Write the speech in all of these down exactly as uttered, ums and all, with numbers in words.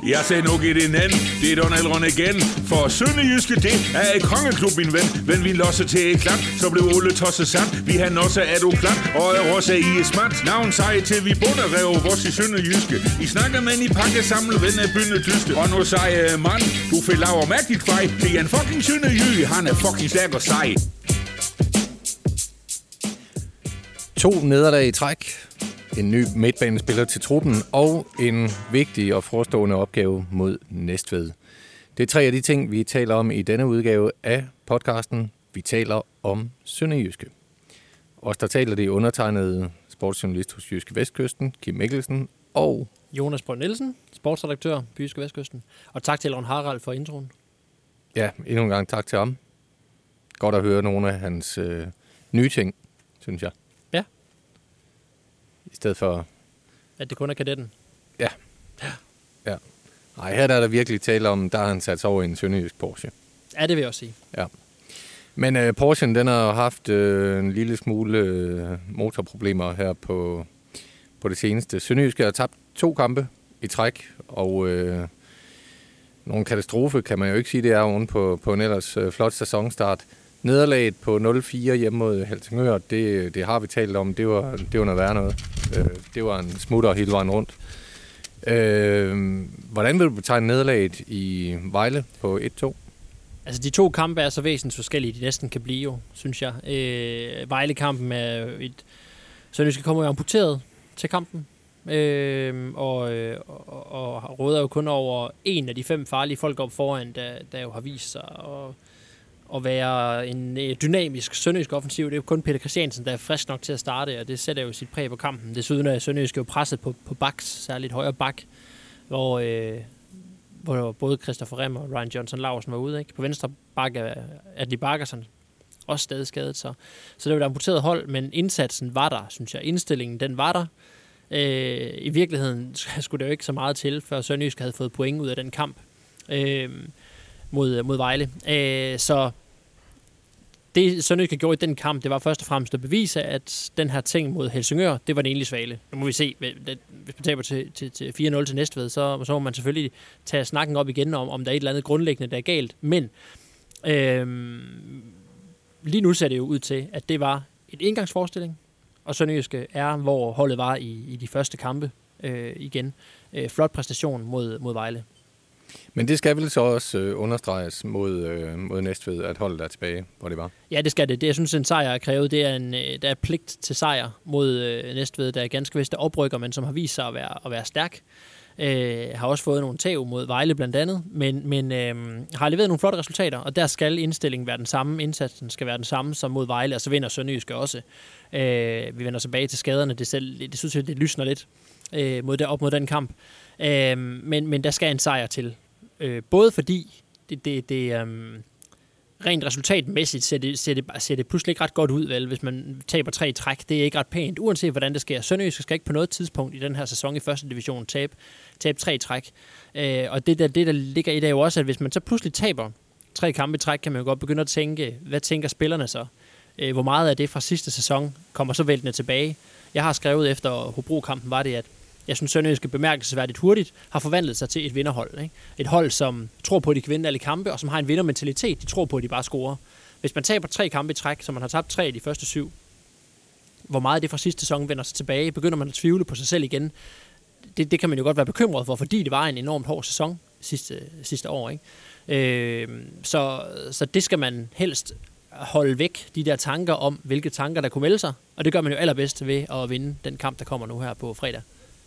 Jeg sagde nu giv det en anden, det er Donald Rønne igen. For Sønderjyske, det er et kongeklub, min ven. Men vi losser til et klap, så blev Ole tosset sand. Vi har også er du klap, og er også i et smart. Navn sej til vi bunderev, vores i Sønderjyske. I snakker med i pakke samlet, ven af bynde dyste. Og nu siger mand, du får laver mærkeligt kvej. Det er en fucking Sønderjyge, han er fucking stærk og sej. To nederlag i træk, en ny midtbanespiller til truppen og en vigtig og forestående opgave mod Næstved. Det er tre af de ting, vi taler om i denne udgave af podcasten. Vi taler om Sønderjyske. Os der taler det undertegnede sportsjournalist hos Jyske Vestkysten, Kim Mikkelsen, og Jonas Brønd Nielsen, sportsredaktør på Jyske Vestkysten. Og tak til Ron Harald for introen. Ja, endnu en gang tak til ham. Godt at høre nogle af hans øh, nye ting, synes jeg. Ja. I stedet for... At det kun er kadetten. Ja. Ja. Ja. Nej, her er der virkelig tale om, der har han sat sig over i en sønderjysk Porsche. Ja, det vil jeg også sige. Ja. Men øh, Porschen, den har haft øh, en lille smule øh, motorproblemer her på, på det seneste. Sønderjyske har tabt to kampe i træk, og øh, nogle katastrofe kan man jo ikke sige, det er oven på, på en ellers øh, flot sæsonstart. Nederlaget på nul fire hjemme mod Helsingør, det, det har vi talt om, det var, det var noget værre noget. Øh, det var en smutter hele vejen rundt. Øh, hvordan vil du betegne nederlaget i Vejle på et to? Altså, de to kampe er så væsentligt forskellige, de næsten kan blive jo, synes jeg. Øh, Vejle-kampen er et... Sønderjyske kommer jo amputeret til kampen, øh, og, og, og råder jo kun over en af de fem farlige folk op foran, der, der jo har vist sig at, at være en dynamisk sønderjysk offensiv. Det er jo kun Peter Christiansen, der er frisk nok til at starte, og det sætter jo sit præg på kampen. Desuden er Sønderjyske jo presset på, på baks, særligt højre bak, hvor... Øh, hvor både Christopher Rem og Ryan Johnson Larsen var ude. Ikke? På venstre bakke er Adli Bagerson også stadig skadet. Så, så det var et amputeret hold, men indsatsen var der, synes jeg. Indstillingen, den var der. Øh, I virkeligheden skulle det jo ikke så meget til, før Sønderjysk havde fået point ud af den kamp øh, mod, mod Vejle. Øh, så det Sønderjysk gjorde i den kamp, det var først og fremmest at bevise, at den her ting mod Helsingør, det var den egentlige svale. Nu må vi se, hvis man taber til, til, til fire nul til Næstved, så, så må man selvfølgelig tage snakken op igen om, om der er et eller andet grundlæggende, der er galt. Men øhm, lige nu ser det jo ud til, at det var et engangsforestilling, og Sønderjyske er, hvor holdet var i, i de første kampe øh, igen. Øh, flot præstation mod, mod Vejle. Men det skal vel så også øh, understreges mod, øh, mod Næstved, at holdet er tilbage, hvor det var? Ja, det skal det. Det, jeg synes, en sejr er krævet. Det er en, der er pligt til sejr mod øh, Næstved, der er ganske vist der oprykker, men som har vist sig at være, at være stærk. Øh, har også fået nogle tæv mod Vejle blandt andet, men, men øh, har leveret nogle flotte resultater, og der skal indstillingen være den samme. Indsatsen skal være den samme som mod Vejle, og så vinder Sønderjyske også. Øh, vi vender tilbage til skaderne. Det, selv, det synes jeg, det lysner lidt øh, mod der, op mod den kamp. Øh, men, men der skal en sejr til. Øh, både fordi det, det, det um, rent resultatmæssigt ser det, ser, det, ser det pludselig ikke ret godt ud, vel, hvis man taber tre i træk. Det er ikke ret pænt, uanset hvordan det sker. Sønderjyske skal ikke på noget tidspunkt i den her sæson i første division tabe, tabe tre i træk. Øh, og det der, det, der ligger i det er jo også, at hvis man så pludselig taber tre kampe i træk, kan man jo godt begynde at tænke, hvad tænker spillerne så? Øh, hvor meget af det fra sidste sæson kommer så væltende tilbage? Jeg har skrevet efter Hobro-kampen, var det, at jeg synes, Sønderjyske bemærkelsesværdigt hurtigt har forvandlet sig til et vinderhold. Ikke? Et hold, som tror på, at de kan vinde alle kampe, og som har en vindermentalitet. De tror på, at de bare scorer. Hvis man taber tre kampe i træk, så man har tabt tre af de første syv, hvor meget det fra sidste sæson vender sig tilbage, begynder man at tvivle på sig selv igen. Det, det kan man jo godt være bekymret for, fordi det var en enormt hård sæson sidste, sidste år. Ikke? Øh, så, så det skal man helst holde væk, de der tanker om, hvilke tanker der kunne melde sig. Og det gør man jo allerbedst ved at vinde den kamp, der kommer nu her på fredag.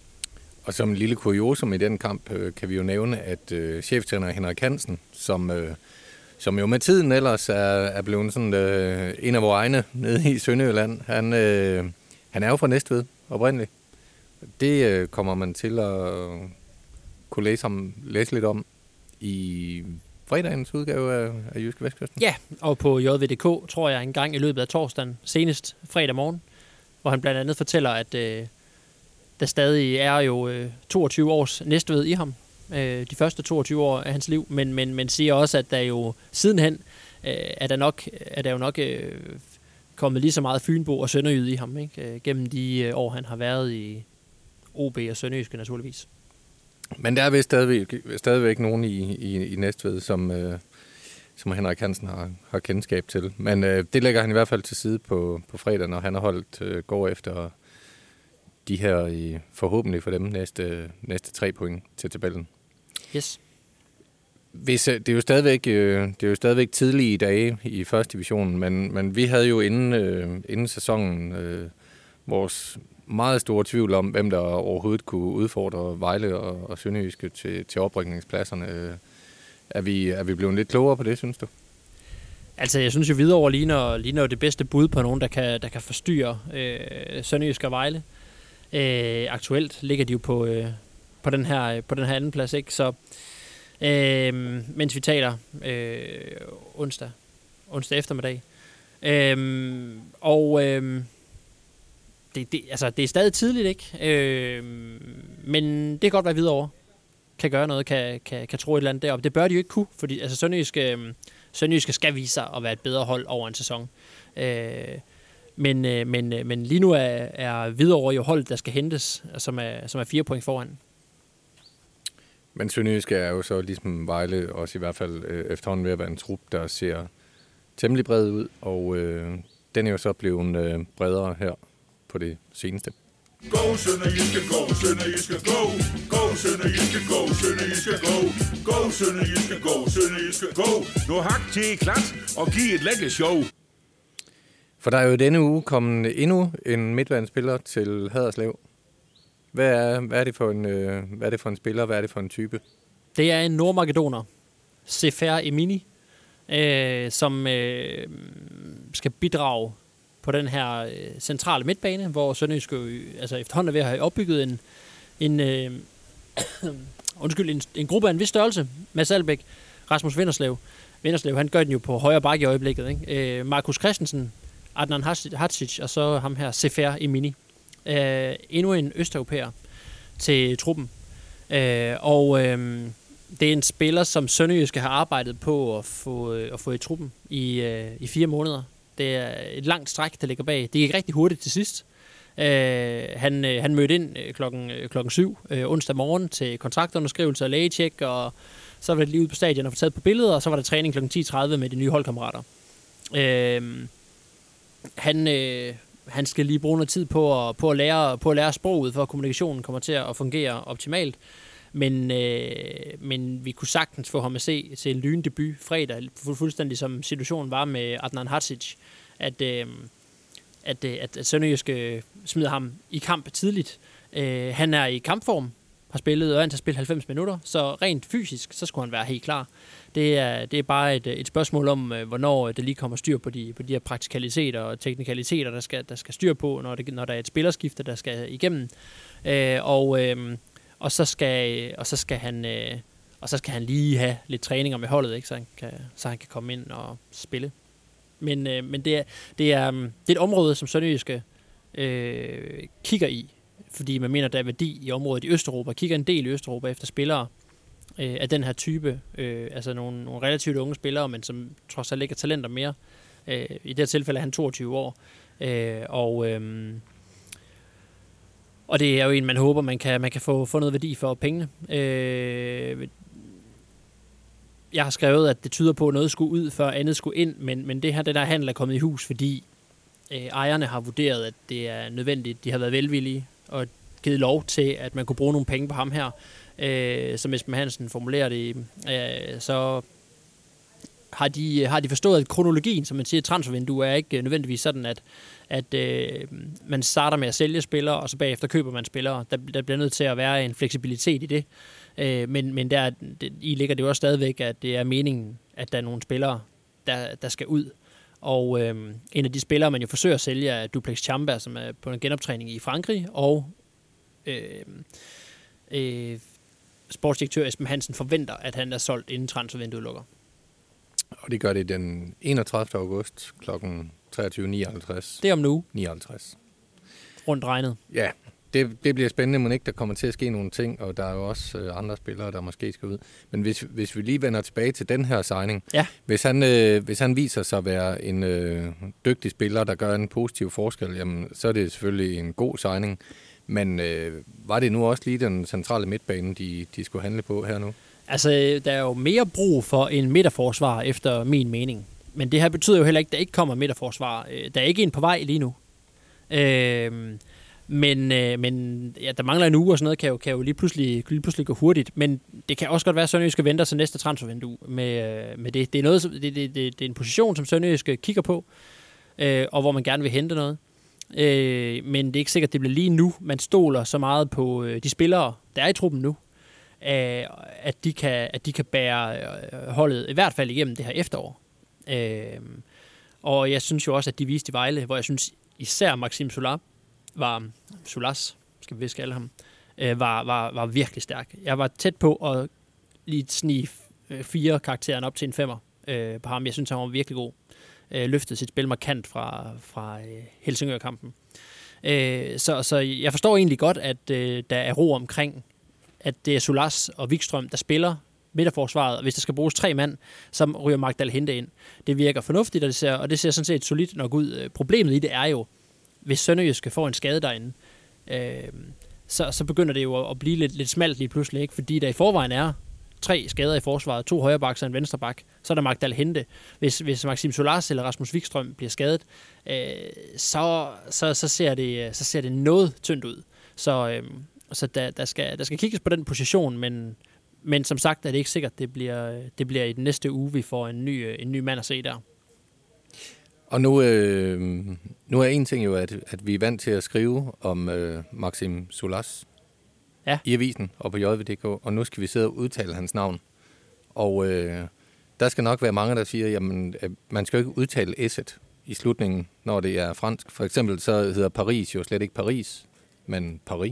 Og som en lille kuriosum i den kamp, øh, kan vi jo nævne, at øh, cheftræner Henrik Hansen, som, øh, som jo med tiden ellers er, er blevet sådan øh, en af vores egne nede i Sønderjylland, han, øh, han er jo fra Næstved oprindeligt. Det øh, kommer man til at kunne læse, om, læse lidt om i fredagens udgave af, af Jyske Vestkysten. Ja, og på J V D K, tror jeg, en gang i løbet af torsdagen, senest fredag morgen, hvor han blandt andet fortæller, at øh, der stadig er jo øh, toogtyve års Næstved i ham. Øh, de første toogtyve år af hans liv, men, men, men siger også, at der jo sidenhen øh, er, der nok, er der jo nok øh, kommet lige så meget Fynbo og Sønderjyde i ham, ikke? Øh, gennem de øh, år, han har været i O B og Sønderjyske naturligvis. Men der er vist stadigvæk, stadigvæk nogen i, i, i Næstved, som, øh, som Henrik Hansen har, har kendskab til. Men øh, det lægger han i hvert fald til side på, på fredag, når han har holdt øh, går efter de her i, forhåbentlig for dem næste, næste tre point til tabellen. Yes. Hvis, det, er jo stadigvæk, det er jo stadigvæk tidlige dage i første division, men, men vi havde jo inden, øh, inden sæsonen øh, vores meget store tvivl om, hvem der overhovedet kunne udfordre Vejle og, og Sønderjyske til, til oprykningspladserne. Er vi, er vi blevet lidt klogere på det, synes du? Altså, jeg synes jo Hvidovre ligner, ligner det bedste bud på nogen, der kan, der kan forstyrre øh, Sønderjyske og Vejle. Øh, aktuelt ligger de jo på, øh, på, den her, på den her anden plads, ikke? Så øh, mens vi taler øh, onsdag, onsdag eftermiddag. Øh, og øh, det, det, altså, det er stadig tidligt, ikke? Øh, men det kan godt være Hvidovre kan gøre noget, kan, kan, kan tro et eller andet deroppe. Det bør de jo ikke kunne, fordi altså, Sønderjyske, øh, Sønderjyske skal vise sig at være et bedre hold over en sæson. Øh, Men, men, men lige nu er, er Hvidovre jo holdet, der skal hentes, som er, som er fire point foran. Men Sønderjyske er jo så ligesom Vejle også i hvert fald øh, efterhånden ved at være en trup, der ser temmelig bred ud, og øh, den er jo så blevet øh, bredere her på det seneste. Go Sønderjyske, go Sønderjyske, go! Go Sønderjyske, go Sønderjyske, go! Go Sønderjyske, go Sønderjyske, go! Nu hak til klat og giv et lækkert show! For der er jo denne uge kommet endnu en midtbanespiller til Haderslev. Hvad er, hvad er det for en, øh, hvad er det for en spiller? Hvad er det for en type? Det er en nordmakedoner, Sefer Emini, øh, som øh, skal bidrage på den her øh, centrale midtbane, hvor Sønderjyske øh, altså efterhånden er ved at have opbygget en, en, øh, undskyld, en, en gruppe af en vis størrelse. Mads Albæk, Rasmus Vinderslev. Vinderslev, han gør den jo på højre bakke i øjeblikket, ikke? Øh, Markus Christensen, Adnan Hadzic og så ham her, Sefer Emini. Øh, endnu en østeuropæer til truppen. Øh, og øh, det er en spiller, som Sønderjyske har arbejdet på at få, øh, at få i truppen i, øh, i fire måneder. Det er et langt stræk, der ligger bag. Det gik rigtig hurtigt til sidst. Øh, han, øh, han mødte ind øh, klokken, øh, klokken syv øh, onsdag morgen til kontraktunderskrivelse og lægetjek, og så var det lige ude på stadion og få taget på billeder, og så var der træning klokken ti tredive med de nye holdkammerater. Øh, han, øh, han skal lige bruge noget tid på at, på at, lære, på at lære sproget, for at kommunikationen kommer til at fungere optimalt. Men, øh, men vi kunne sagtens få ham at se til en lyndebut fredag, fuldstændig som situationen var med Adnan Hadzic, at, øh, at, at, at Sønderjyske smider ham i kamp tidligt. Øh, han er i kampform, har spillet og han har spillet halvfems minutter, så rent fysisk, så skulle han være helt klar. Det er, det er bare et, et spørgsmål om, hvornår det lige kommer styr på de, på de her praktikaliteter og teknikaliteter, der skal, der skal styr på, når, det, når der er et spillerskifte, der skal igennem. Øh, og, øh, og, så skal, og, så skal han, øh, og så skal han lige have lidt træninger med holdet, ikke? Så, han kan, så han kan komme ind og spille. Men, øh, men det, er, det, er, det er et område, som Sønderjyske øh, kigger i, fordi man mener, der er værdi i området i Østeuropa, kigger en del i Østeuropa efter spillere øh, af den her type, øh, altså nogle, nogle relativt unge spillere, men som trods alt ikke er talenter mere. Øh, I det her tilfælde er han toogtyve år, øh, og, øh, og det er jo en, man håber, man kan, man kan få, få noget værdi for pengene. Øh, jeg har skrevet, at det tyder på, at noget skulle ud, før andet skulle ind, men, men det her, den der handel er kommet i hus, fordi øh, ejerne har vurderet, at det er nødvendigt. De har været velvillige og givet lov til, at man kunne bruge nogle penge på ham her. Øh, som Esben Hansen formulerer det, øh, så har de, har de forstået, at kronologien, som man siger, transfervindue er ikke nødvendigvis sådan, at, at øh, man starter med at sælge spillere, og så bagefter køber man spillere. Der, der bliver nødt til at være en fleksibilitet i det. Øh, men men der, det, i ligger det jo også stadigvæk, at det er meningen, at der er nogle spillere, der, der skal ud. Og øh, en af de spillere, man jo forsøger at sælge, er Duplex Chamba, som er på en genoptræning i Frankrig, og øh, øh, sportsdirektør Esben Hansen forventer, at han er solgt inden transfervinduet lukker. Og det gør det den enogtredivte august kl. treogtyve nioghalvtreds. Det er om nu. nioghalvtreds. Rundt regnet. Ja, det, det bliver spændende, men ikke der kommer til at ske nogle ting, og der er jo også øh, andre spillere, der måske skal ud. Men hvis, hvis vi lige vender tilbage til den her signing, ja. hvis, han, øh, hvis han viser sig at være en øh, dygtig spiller, der gør en positiv forskel, jamen, så er det selvfølgelig en god signing. Men øh, var det nu også lige den centrale midtbane, de, de skulle handle på her nu? Altså, der er jo mere brug for en midterforsvar, efter min mening. Men det her betyder jo heller ikke, at der ikke kommer midterforsvar. Der er ikke en på vej lige nu. Øh, men øh, men ja, der mangler en uge og sådan noget, kan jo, kan jo lige, pludselig, lige pludselig gå hurtigt. Men det kan også godt være, at Sønderjyske venter til næste transfervindue med, med det. Det er, noget, det, det, det, det er en position, som Sønderjyske kigger på, øh, og hvor man gerne vil hente noget. Øh, men det er ikke sikkert, at det bliver lige nu. Man stoler så meget på øh, de spillere, der er i truppen nu, øh, at, de kan, at de kan bære øh, holdet i hvert fald igennem det her efterår. Øh, og jeg synes jo også, at de viste i Vejle, hvor jeg synes især Maxime Solar var, Solas, skal vi viske alle ham, øh, var, var, var virkelig stærk. Jeg var tæt på at lige snige fire karakteren op til en femmer øh, på ham. Jeg synes, han var virkelig god. Øh, løftede sit spil markant fra, fra øh, Helsingør-kampen. Øh, så, så jeg forstår egentlig godt, at øh, der er ro omkring, at det er Solas og Wikstrøm, der spiller midterforsvaret, og hvis der skal bruges tre mand, så ryger Magdal Hente ind. Det virker fornuftigt, og det ser, og det ser sådan set solidt nok ud. Problemet i det er jo, hvis Sønderjyske får en skade derinde, øh, så, så begynder det jo at blive lidt, lidt smalt lige pludselig, ikke? Fordi der i forvejen er tre skader i forsvaret, to højrebacks og en venstreback, så er der Magdal Hente. Hvis, hvis Maxime Solars eller Rasmus Wikstrøm bliver skadet, øh, så, så, så, ser det, så ser det noget tyndt ud. Så, øh, så der, der, skal, der skal kigges på den position, men, men som sagt er det ikke sikkert, det bliver, det bliver i den næste uge, vi får en ny, en ny mand at se der. Og nu, øh, nu er en ting jo, at, at vi er vant til at skrive om øh, Maxime Solas ja. i avisen og på J V punktum d k, og nu skal vi sidde og udtale hans navn. Og øh, der skal nok være mange, der siger, jamen, man skal jo ikke udtale S'et i slutningen, når det er fransk. For eksempel så hedder Paris jo slet ikke Paris, men Paris.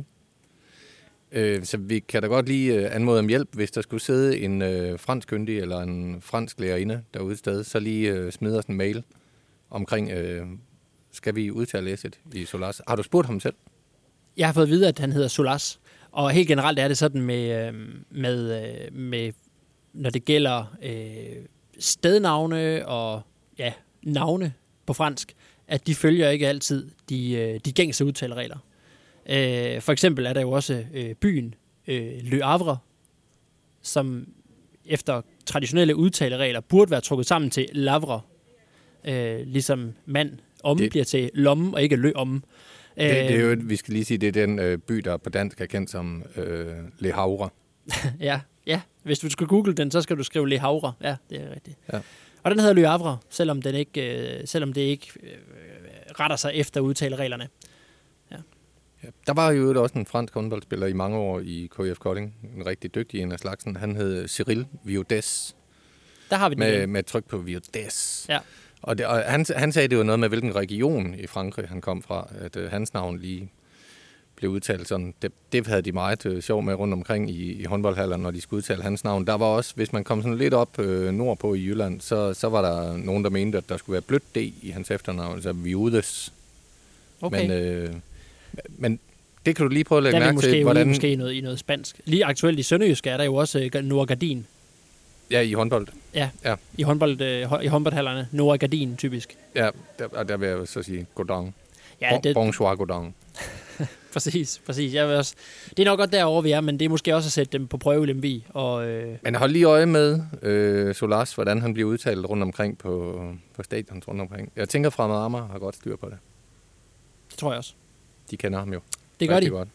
Øh, så vi kan da godt lige øh, anmode om hjælp, hvis der skulle sidde en øh, fransk kyndig eller en fransk lærerinde derude et sted, så lige øh, smid os en mail omkring, øh, skal vi udtale S'et i Solas. Har du spurgt ham selv? Jeg har fået at vide, at han hedder Solas. Og helt generelt er det sådan med, med, med når det gælder øh, stednavne og ja, navne på fransk, at de følger ikke altid de, de gængse udtaleregler. Øh, for eksempel er der jo også øh, byen øh, Le Havre, som efter traditionelle udtaleregler burde være trukket sammen til Lavre, øh, ligesom mand om det bliver til lomme og ikke lø om. Det, det er jo, vi skal lige sige, det er den øh, by, der på dansk er kendt som øh, Le Havre. ja, ja. Hvis du skal google den, så skal du skrive Le Havre. Ja, det er rigtigt. Ja. Og den hedder Le Havre, selvom, den ikke, øh, selvom det ikke øh, retter sig efter udtalereglerne. Ja. Ja, der var jo også en fransk håndboldspiller i mange år i K F Kolding. En rigtig dygtig en af slagsen. Han hed Cyril Viodes. Der har vi den. Med, med tryk på Viodes. Ja. Og, det, og han, han sagde, det var noget med, hvilken region i Frankrig han kom fra, at øh, hans navn lige blev udtalt sådan. Det, det havde de meget øh, sjov med rundt omkring i, i håndboldhallerne, når de skulle udtale hans navn. Der var også, hvis man kom sådan lidt op øh, nordpå i Jylland, så, så var der nogen, der mente, at der skulle være blødt D i hans efternavn, altså Viodes. Okay. Men, øh, men det kan du lige prøve at lægge mærke måske til, hvordan... måske i noget, i noget spansk. Lige aktuelt i Sønderjysk er der jo også øh, Nora Gardin. Ja, i håndbold. Ja, ja. I, håndbold, øh, i håndboldhallerne. Nora Gardin, typisk. Ja, der, der vil jeg så sige godang. Ja, det... Bonsoir, godang. præcis, præcis. Jeg vil også... Det er nok godt derovre, vi er, men det er måske også at sætte dem på prøve i Lemvig. Og, øh... Men hold lige øje med øh, Solas, hvordan han bliver udtalt rundt omkring på, på stadions rundt omkring. Jeg tænker, Fremad Amager har godt styr på det. Det tror jeg også. De kender ham jo. Det gør de. Godt.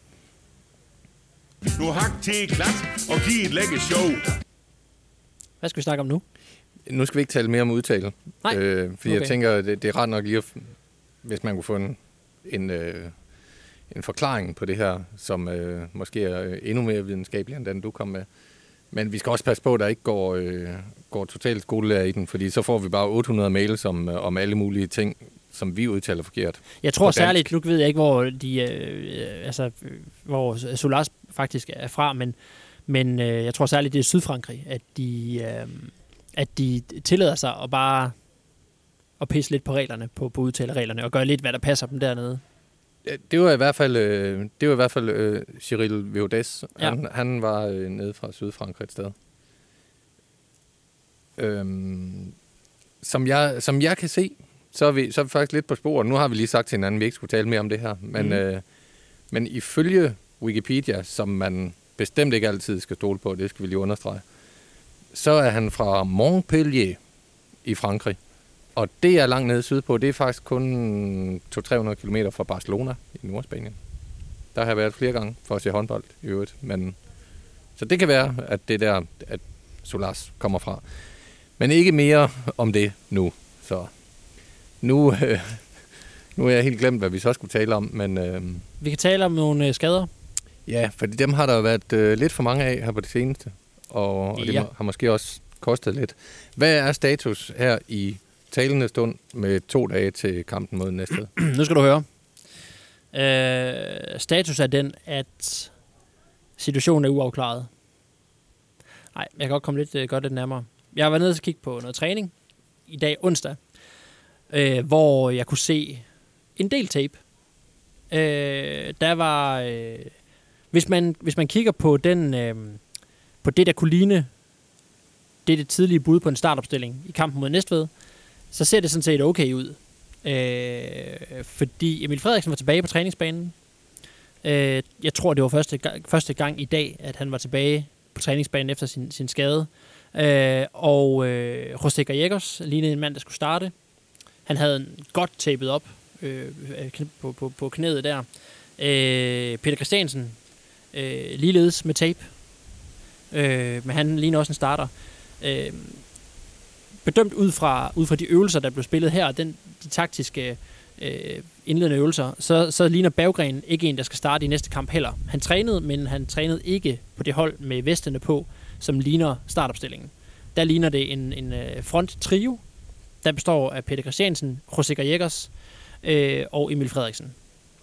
Nu hak til klat og giv et lækkert show. Hvad skal vi snakke om nu? Nu skal vi ikke tale mere om udtale. Nej, øh, Fordi okay. jeg tænker, det, det er ret nok lige, at, hvis man kunne få en, en, øh, en forklaring på det her, som øh, måske er endnu mere videnskabelig, end den du kom med. Men vi skal også passe på, at der ikke går, øh, går totalt skolelærer i den, fordi så får vi bare otte hundrede mails om, øh, om alle mulige ting, som vi udtaler forkert. Jeg tror særligt, nu ved jeg ikke, hvor, de, øh, altså, hvor Solas faktisk er fra, men Men øh, jeg tror særligt, det er Sydfrankrig, at de, øh, at de tillader sig at bare at pisse lidt på reglerne, på, på udtalereglerne, og gøre lidt, hvad der passer dem dernede. Ja, det var i hvert fald, øh, det var i hvert fald øh, Cyril Viodes. Ja. Han, han var øh, nede fra Sydfrankrig et sted. Øhm, som, jeg, som jeg kan se, så er, vi, så er vi faktisk lidt på sporet. Nu har vi lige sagt til hinanden, at vi ikke skulle tale mere om det her, men... Mm. Øh, Men ifølge Wikipedia, som man bestemt ikke altid skal stole på, det skal vi lige understrege, så er han fra Montpellier i Frankrig. Og det er langt nede sydpå. Det er faktisk kun to til tre hundrede kilometer fra Barcelona i Nordspanien. Der har jeg været flere gange for at se håndbold i øvrigt. Men, så det kan være, at det der, at Solars kommer fra. Men ikke mere om det nu. Så nu, øh, nu er jeg helt glemt, hvad vi så skulle tale om. Men, øh, vi kan tale om nogle øh, skader. Ja, for dem har der jo været øh, lidt for mange af her på det seneste. Og, og det ja. har måske også kostet lidt. Hvad er status her i talende stund med to dage til kampen mod Næstved? Nu skal du høre. Øh, status er den, at situationen er uafklaret. Nej, jeg kan godt komme lidt, godt lidt nærmere. Jeg har været nede og kigge på noget træning i dag onsdag, øh, hvor jeg kunne se en del tape. Øh, der var... Øh, hvis, man, hvis man kigger på den... Øh, på det, der kunne ligne det, det tidlige bud på en startopstilling i kampen mod Næstved, så ser det sådan set okay ud. Øh, fordi Emil Frederiksen var tilbage på træningsbanen. Øh, jeg tror, det var første gang, første gang i dag, at han var tilbage på træningsbanen efter sin, sin skade. Øh, og øh, José Gallegos lignede en mand, der skulle starte. Han havde en godt tapet op øh, på, på, på knæet der. Øh, Peter Christiansen øh, ligeledes med tape. Øh, men han ligner også en starter. Øh, bedømt ud fra, ud fra de øvelser, der blev spillet her, den, de taktiske øh, indledende øvelser, så, så ligner Berggren ikke en, der skal starte i næste kamp heller. Han trænede, men han trænede ikke på det hold med vestene på, som ligner startopstillingen. Der ligner det en, en front trio, der består af Peter Christiansen, José Gallegos øh, og Emil Frederiksen.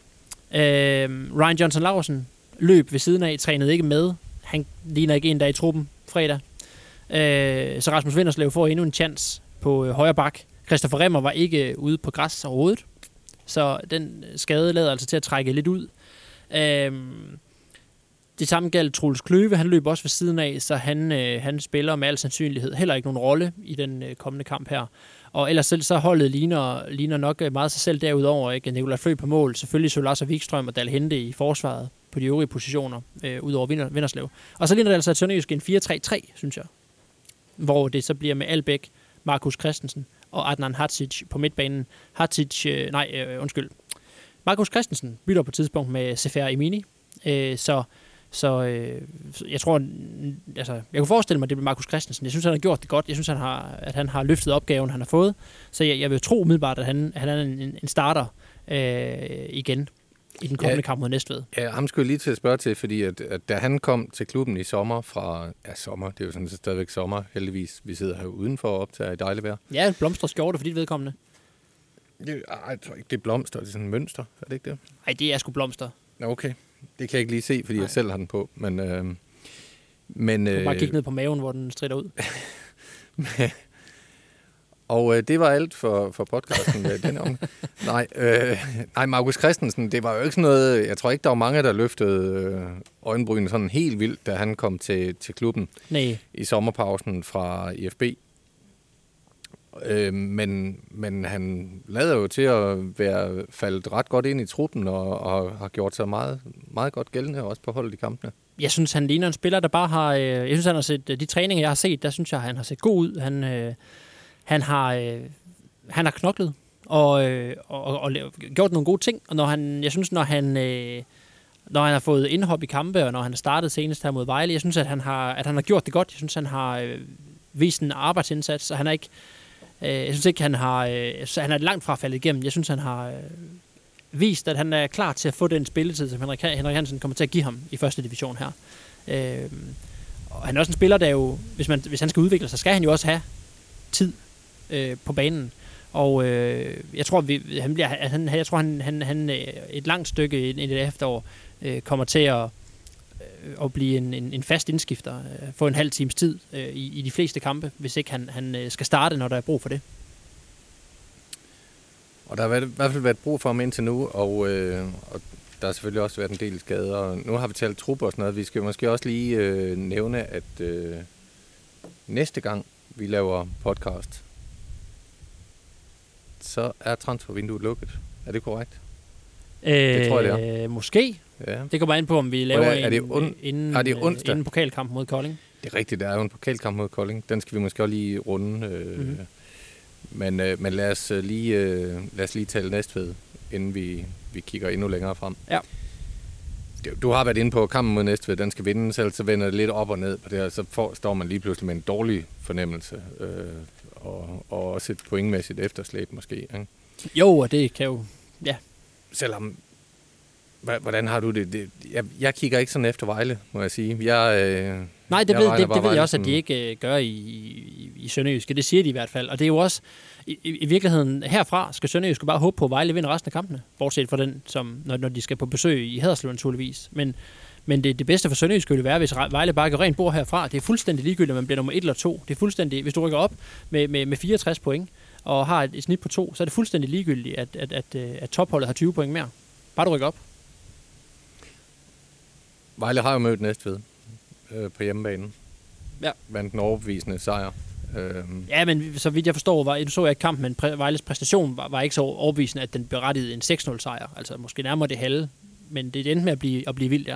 Øh, Ryan Johnson Laursen løb ved siden af, trænede ikke med. Han ligner ikke en, der er i truppen fredag. Øh, så Rasmus Vinderslev får endnu en chance på øh, højre bak. Christopher Remmer var ikke ude på græs overhovedet. Så den skade lader altså til at trække lidt ud. Øh, det samme galt Troels Kløve. Han løb også ved siden af, så han, øh, han spiller med al sandsynlighed heller ikke nogen rolle i den øh, kommende kamp her. Og ellers selv så holdet ligner, ligner nok meget sig selv derudover. Ikke? Nikolaj Flø på mål. Selvfølgelig Solars og Wikstrøm og Dal Hente i forsvaret på de øvrige positioner, øh, ud over Vinderslev. Og så ligner det altså et sønderjysk en fire tre tre, synes jeg. Hvor det så bliver med Albæk, Markus Christensen og Adnan Hadzic på midtbanen. Hadzic, øh, nej, øh, undskyld. Markus Christensen bytter på tidspunkt med Sefer Emini. Øh, så så øh, jeg tror, altså, jeg kunne forestille mig, at det bliver Markus Christensen. Jeg synes, han har gjort det godt. Jeg synes, han har, at han har løftet opgaven, han har fået. Så jeg, jeg vil tro umiddelbart, at han, han er en, en starter øh, igen i den kommende ja, kamp mod Næstved. Ja, ham skulle jeg lige til at spørge til, fordi at, at da han kom til klubben i sommer fra... Ja, sommer, det er jo sådan stadigvæk sommer, heldigvis. Vi sidder her udenfor og optager i dejligt vejr. Ja, en blomstret skjorte for dit vedkommende. Det, ej, jeg tror ikke, det er blomster, det er sådan en mønster, er det ikke det? Nej, det er sgu blomster. Okay, det kan jeg ikke lige se, fordi Nej. jeg selv har den på, men... Øh, men du kan øh, bare kigge ned på maven, hvor den stritter ud. Og øh, det var alt for, for podcasten. den om. Nej, øh, nej, Markus Christensen, det var jo ikke sådan noget... Jeg tror ikke, der var mange, der løftede øh, øjenbrynene sådan helt vildt, da han kom til, til klubben Nej. i sommerpausen fra I F B. Øh, men, men han lader jo til at være faldet ret godt ind i truppen og, og har gjort sig meget, meget godt gældende også på holdet i kampene. Jeg synes, han ligner en spiller, der bare har... Øh, jeg synes, han har set... De træninger, jeg har set, der synes jeg, han har set god ud. Han... Øh, Han har, øh, han har knoklet og, øh, og, og, og gjort nogle gode ting. Og når han, jeg synes, når han, øh, når han har fået indhop i kampe, og når han har startet senest her mod Vejle, jeg synes, at han har, at han har gjort det godt. Jeg synes, han har øh, vist en arbejdsindsats, og han er ikke, øh, jeg synes ikke, han har, øh, så han er langt fra faldet igennem. Jeg synes, han har øh, vist, at han er klar til at få den spilletid, som Henrik, Henrik Hansen kommer til at give ham i første division her. Øh, og han er også en spiller, der jo, hvis, man, hvis han skal udvikle sig, skal han jo også have tid øh, på banen. Og øh, jeg tror, vi, han bliver, han, jeg tror, han, han, han et langt stykke i det efterår øh, kommer til at, øh, at blive en, en, en fast indskifter, øh, få en halv times tid øh, i, i de fleste kampe, hvis ikke han, han skal starte, når der er brug for det. Og der har været, i hvert fald været brug for ham indtil nu, og, øh, og der har selvfølgelig også været en del skader. Og nu har vi talt trupper og sådan noget. Vi skal måske også lige øh, nævne, at øh, næste gang vi laver podcast, så er transfervinduet lukket. Er det korrekt? Øh, det tror jeg, det er. Måske. Ja. Det kommer an på, om vi laver er, er det en und- inden, er det onsdag? inden pokalkampen mod Kolding. Det er rigtigt, der er jo en pokalkamp mod Kolding. Den skal vi måske også lige runde. Øh, mm-hmm. Men, øh, men lad, os lige, øh, lad os lige tale Næstved, inden vi, vi kigger endnu længere frem. Ja. Du har været inde på kampen mod Næstved, den skal vindes, ellers så vender det lidt op og ned på det, og så får, står man lige pludselig med en dårlig fornemmelse, øh, og, og også et pointmæssigt efterslæb måske. Ikke? Jo, og det kan jo, ja. Selvom, hvordan har du det? det jeg, jeg kigger ikke sådan efter Vejle, må jeg sige. Jeg, øh, Nej, det jeg ved, det, det ved Vejle jeg også, som... at de ikke øh, gør i, i, i Sønderjyske. Det siger de i hvert fald. Og det er jo også, i, i virkeligheden herfra, skal Sønderjyske bare håbe på, at Vejle vinder resten af kampene. Bortset fra den, som, når, når de skal på besøg i Haderslev naturligvis. Men, men det, det bedste for Sønderjyske ville være, hvis Vejle bare gør rent bord herfra. Det er fuldstændig ligegyldigt, om man bliver nummer et eller to. Det er fuldstændig, hvis du rykker op med, med, med fireogtres point, og har et, et snit på to, så er det fuldstændig ligegyldigt, at, at, at, at topholdet har tyve point mere. Bare du rykker op. Vejle har jo mødt Næstved øh, på hjemmebanen. Ja. Vandt en overbevisende sejr. Øhm. Ja, men så vidt jeg forstår, var, nu så jeg ikke kampen, men præ- Vejles præstation var, var ikke så overbevisende, at den berettigede en seks nul sejr. Altså måske nærmere det halve, men det endte med at blive, at blive vildt, ja.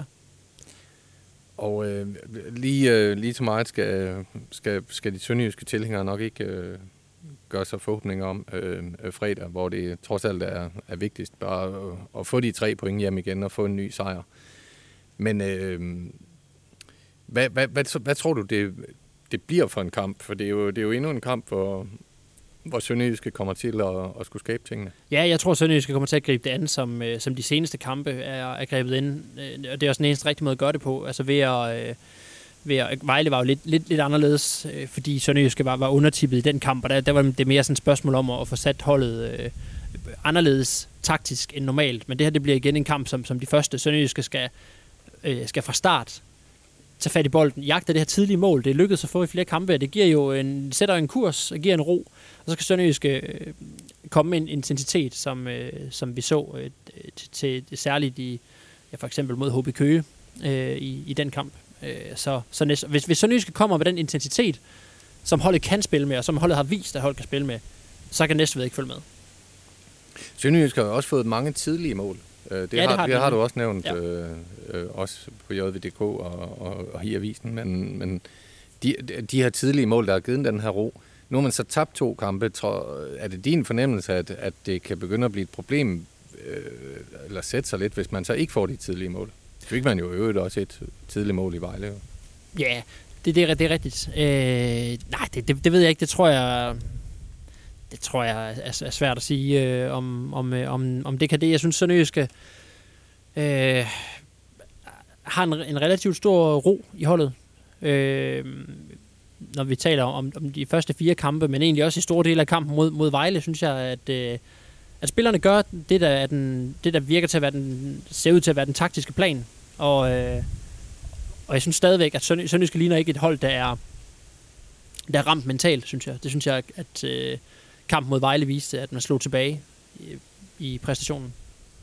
Og øh, lige, øh, lige til meget skal, skal, skal de sønderjyske tilhængere nok ikke øh, gøre sig forhåbninger om øh, fredag, hvor det trods alt er, er vigtigst bare at, at få de tre point hjem igen og få en ny sejr. Men øh, hvad, hvad, hvad, hvad tror du, det, det bliver for en kamp? For det er jo, det er jo endnu en kamp, hvor, hvor Sønderjyske kommer til at, at skulle skabe tingene. Ja, jeg tror, Sønderjyske kommer til at gribe det an, som, som de seneste kampe er, er grebet ind. Og det er også den eneste rigtige måde at gøre det på. Altså ved at... Ved at Vejle var jo lidt, lidt, lidt anderledes, fordi Sønderjyske var, var undertippet i den kamp, og der, der var det mere sådan et spørgsmål om at, at få sat holdet øh, anderledes taktisk end normalt. Men det her, det bliver igen en kamp, som, som de første Sønderjyske skal, øh, skal fra start tage fat i bolden, jagte det her tidlige mål. Det er lykkedes at få i flere kampe, og det giver jo en, sætter en kurs og giver en ro. Og så skal Sønderjyske øh, komme med en intensitet, som, øh, som vi så øh, til, til særligt i, ja, for eksempel mod H B Køge øh, i, i den kamp. Øh, så så næste, hvis, hvis Sønderjyske kommer med den intensitet, som holdet kan spille med, og som holdet har vist, at holdet kan spille med, så kan Næstved ikke følge med. Sønderjyske har også fået mange tidlige mål. Det, ja, har, det har, det har du også nævnt, ja. øh, øh, også på J V D K og, og, og i avisen, men, men de, de her tidlige mål, der har givet den her ro, nu har man så tabt to kampe. Tror, er det din fornemmelse, at, at det kan begynde at blive et problem, øh, eller sætte sig lidt, hvis man så ikke får de tidlige mål? Det fik man jo i øvrigt også et tidligt mål i Vejle. Jo. Ja, det, det, er, det er rigtigt. Øh, nej, det, det, det ved jeg ikke. Det tror jeg... Det tror jeg er, er svært at sige, øh, om, om, om, om det kan det. Jeg synes, Sønderjyske øh, har en, en relativt stor ro i holdet, øh, når vi taler om, om de første fire kampe, men egentlig også i store dele af kampen mod, mod Vejle, synes jeg, at, øh, at spillerne gør det der, er den, det, der virker til at være den, ser ud til at være den taktiske plan. Og, øh, og jeg synes stadigvæk, at Sønderjyske ligner ikke et hold, der er, der er ramt mentalt, synes jeg. Det synes jeg, at øh, kampen mod Vejle viste, at man slog tilbage i, i præstationen.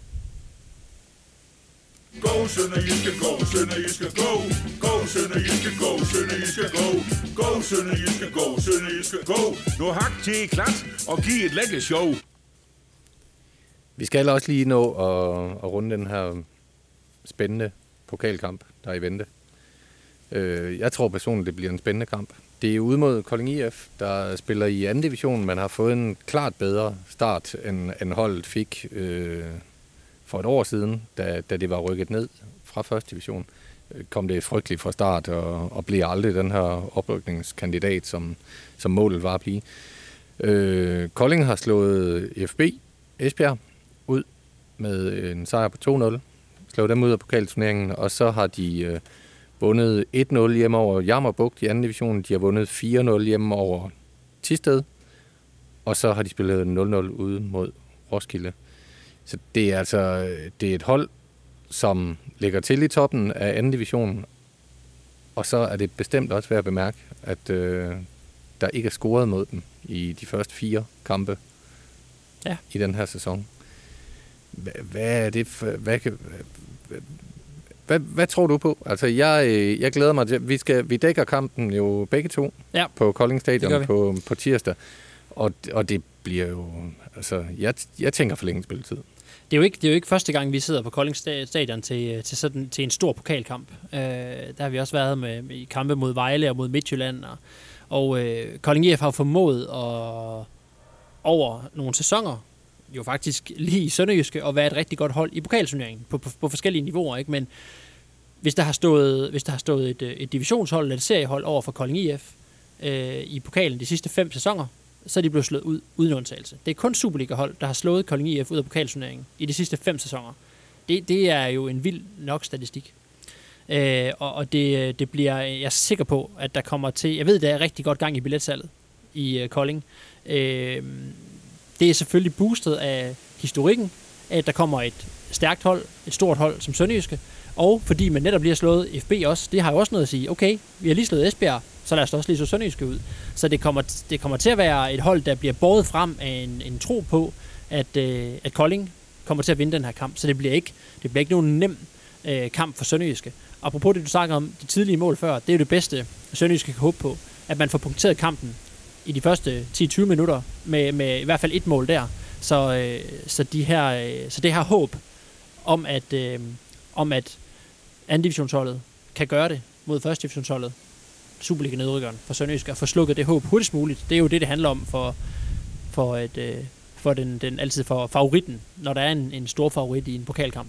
Go, Sønderjyske, go, Sønderjyske, go. Go, Sønderjyske, go, Sønderjyske, go. Go, Sønderjyske, go, Sønderjyske, go. Nu hak til klat og giv et lækkert show. Vi skal også lige nå at, at runde den her spændende pokalkamp, der er i vente. Jeg tror personligt, det bliver en spændende kamp. Det er ude mod Kolding I F, der spiller i anden division. Man har fået en klart bedre start, end, end holdet fik øh, for et år siden, da, da det var rykket ned fra første division. Kom det frygteligt fra start, og, og blev aldrig den her oprykningskandidat, som, som målet var at blive. Øh, Kolding har slået F B Esbjerg ud med en sejr på to nul. Slået dem ud af pokalturneringen, og så har de... Øh, vundet et nul hjemme over Jammerbugt i anden division. De har vundet fire nul hjemme over Thisted. Og så har de spillet nul nul ude mod Roskilde. Så det er altså det er et hold, som ligger til i toppen af anden division. Og så er det bestemt også værd at bemærke, at øh, der ikke er scoret mod dem i de første fire kampe ja. i den her sæson. Hvad, hvad er det for... Hvad kan, Hvad, hvad tror du på? Altså, jeg, jeg glæder mig til, vi, skal, vi dækker kampen jo begge to ja. på Kolding Stadion på, på tirsdag, og, og det bliver jo, altså, jeg, jeg tænker forlænget spilletid. det er jo ikke, det er jo ikke første gang, vi sidder på Kolding Stadion til, til, sådan, til en stor pokalkamp. Øh, der har vi også været med, med i kampe mod Vejle og mod Midtjylland. Og, og øh, Kolding I F har formået at, over nogle sæsoner, jo faktisk lige i Sønderjyske, at være et rigtig godt hold i pokalturneringen på, på, på forskellige niveauer. Ikke? Men hvis der har stået, hvis der har stået et, et divisionshold eller et seriehold over for Kolding I F øh, i pokalen de sidste fem sæsoner, så er de blevet slået ud uden undtagelse. Det er kun Superliga-hold, der har slået Kolding I F ud af pokalturneringen i de sidste fem sæsoner. Det, det er jo en vild nok statistik. Øh, og og det, det bliver, jeg er sikker på, at der kommer til, jeg ved, der er rigtig godt gang i billetsalget i uh, Kolding. Øh, det er selvfølgelig boostet af historikken, at der kommer et stærkt hold, et stort hold som Sønderjyske, og fordi man netop lige har slået F B også, det har jo også noget at sige, okay, vi har lige slået Esbjerg, så lad os også lige så Sønderjyske ud. Så det kommer, det kommer til at være et hold, der bliver båret frem af en, en tro på, at, øh, at Kolding kommer til at vinde den her kamp. Så det bliver ikke, det bliver ikke nogen nem øh, kamp for Sønderjyske. Apropos det, du snakker om de tidlige mål før, det er jo det bedste, Sønderjyske kan håbe på, at man får punkteret kampen i de første ti til tyve minutter med, med i hvert fald et mål der. Så, øh, så, de her, øh, så det her håb om, at, øh, om at anden divisionsholdet kan gøre det mod første divisionsholdet, Superliga-nedrykkeren for Sønderjyske, at få slukket det håb hurtigst muligt. Det er jo det, det handler om for, for, et, øh, for den, den altid for favoritten, når der er en, en stor favorit i en pokalkamp.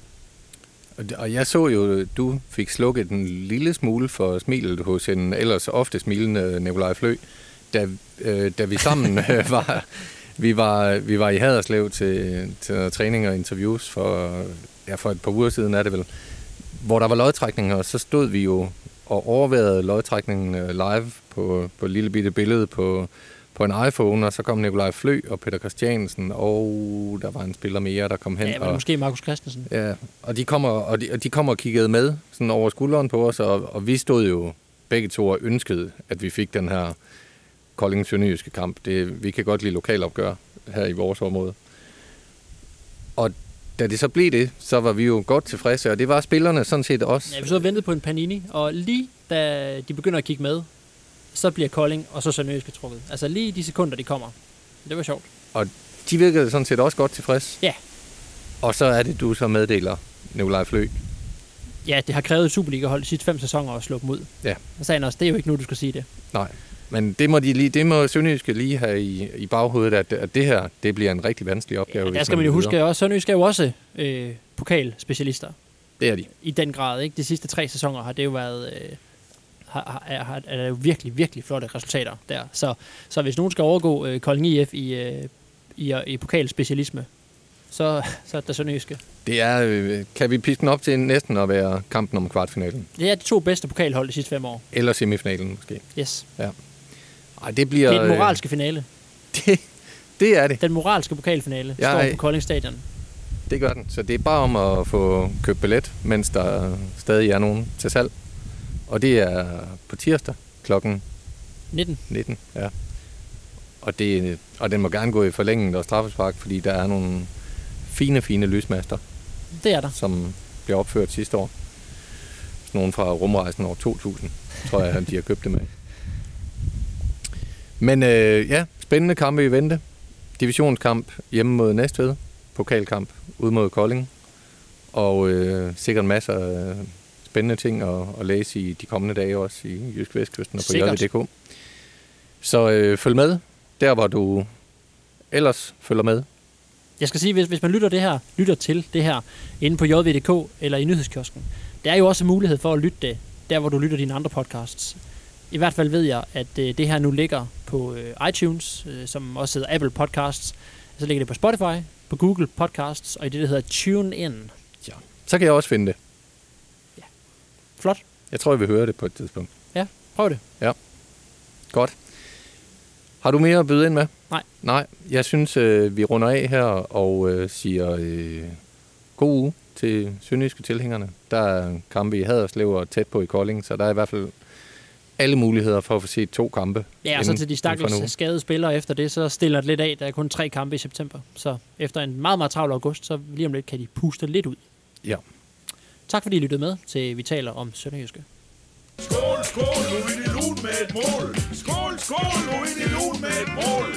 Og jeg så jo, du fik slukket en lille smule for smilet hos en ellers ofte smilende Nikolaj Flø, da, øh, da vi sammen øh, var, vi var, vi var i Haderslev til, til træning og interviews for, ja, for et par uger siden er det vel, hvor der var lodtrækninger, og så stod vi jo og overvejede lodtrækningen live på, på et lille bitte billede på, på en iPhone, og så kom Nikolaj Flø og Peter Christiansen, og der var en spiller mere, der kom hen. Ja, men og, måske Markus Christensen. Ja, og de kommer og de, og de kommer og kiggede med sådan over skulderen på os, og, og vi stod jo begge to og ønskede, at vi fik den her Kolding-Sønderjyske kamp. Det, vi kan godt lide lokalopgør her i vores område. Og da det så blev det, så var vi jo godt tilfredse, og det var spillerne sådan set også. Ja, vi så ventet på en Panini, og lige da de begynder at kigge med, så bliver Kolding og så Sønderjyske trukket. Altså lige de sekunder, de kommer. Det var sjovt. Og de virkede sådan set også godt tilfreds. Ja. Og så er det, du så meddeler, Nikolaj Flø. Ja, det har krævet et Superliga-hold de sidste fem sæsoner at slå dem ud. Ja. Og sagde han også, det er jo ikke nu, du skal sige det. Nej, men det må, de lige, det må Sønderjyske lige have i, i baghovedet, at, at det her, det bliver en rigtig vanskelig opgave. Ja, der skal man jo huske, at Sønderjyske er jo også øh, pokalspecialister. Det er de. I den grad, ikke? De sidste tre sæsoner har det jo været... Øh, har, har, har, er der jo virkelig, virkelig flotte resultater der. Så, så hvis nogen skal overgå øh, Kolding I F i, øh, i, i pokalspecialisme, så, så er der Sønderjyske. Det er, øh, kan vi piske den op til næsten at være kampen om kvartfinalen? Det er de to bedste pokalhold de sidste fem år. Eller semifinalen måske. Yes. Ja. Ej, det bliver... Det er den moralske finale. Det, det er det. Den moralske pokalfinale ja, står på Kolding Stadion. Det gør den. Så det er bare om at få købt billet, mens der stadig er nogen til salg. Og det er på tirsdag klokken nitten. nitten, ja. Og, det, og den må gerne gå i forlænget og straffespark, fordi der er nogle fine, fine lysmaster. Det er der. Som blev opført sidste år. Sådan nogle fra rumrejsen år to tusind, tror jeg, de har købt det med. Men øh, ja, spændende kampe i vente. Divisionskamp hjemme mod Næstved. Pokalkamp ude mod Kolding. Og øh, sikkert masser af spændende ting at, at læse i de kommende dage også i Jysk Vestkysten og på J V punktum d k. Så øh, følg med, der hvor du ellers følger med. Jeg skal sige, hvis, hvis man lytter det her, lytter til det her inde på J V punktum d k eller i nyhedskiosken, der er jo også mulighed for at lytte det, der hvor du lytter dine andre podcasts. I hvert fald ved jeg, at øh, det her nu ligger på øh, iTunes, øh, som også hedder Apple Podcasts. Så ligger det på Spotify, på Google Podcasts og i det, der hedder TuneIn. Ja. Så kan jeg også finde det. Ja. Flot. Jeg tror, jeg vil høre det på et tidspunkt. Ja, prøv det. Ja. Godt. Har du mere at byde ind med? Nej. Nej, jeg synes, øh, vi runder af her og øh, siger øh, god uge til sønderjyske tilhængerne. Der er kampe i Haderslev og tæt på i Kolding, så der er i hvert fald alle muligheder for at få set to kampe. Ja, og så til de stakkels skadede spillere efter det, så stiller det lidt af. Der er kun tre kampe i september. Så efter en meget, meget travl august, så lige om lidt kan de puste lidt ud. Ja. Tak fordi I lyttede med til Vi taler om Sønderjyske. Skål, skål, nu er det lun med et mål. Skål, skål, nu er det lun med et mål.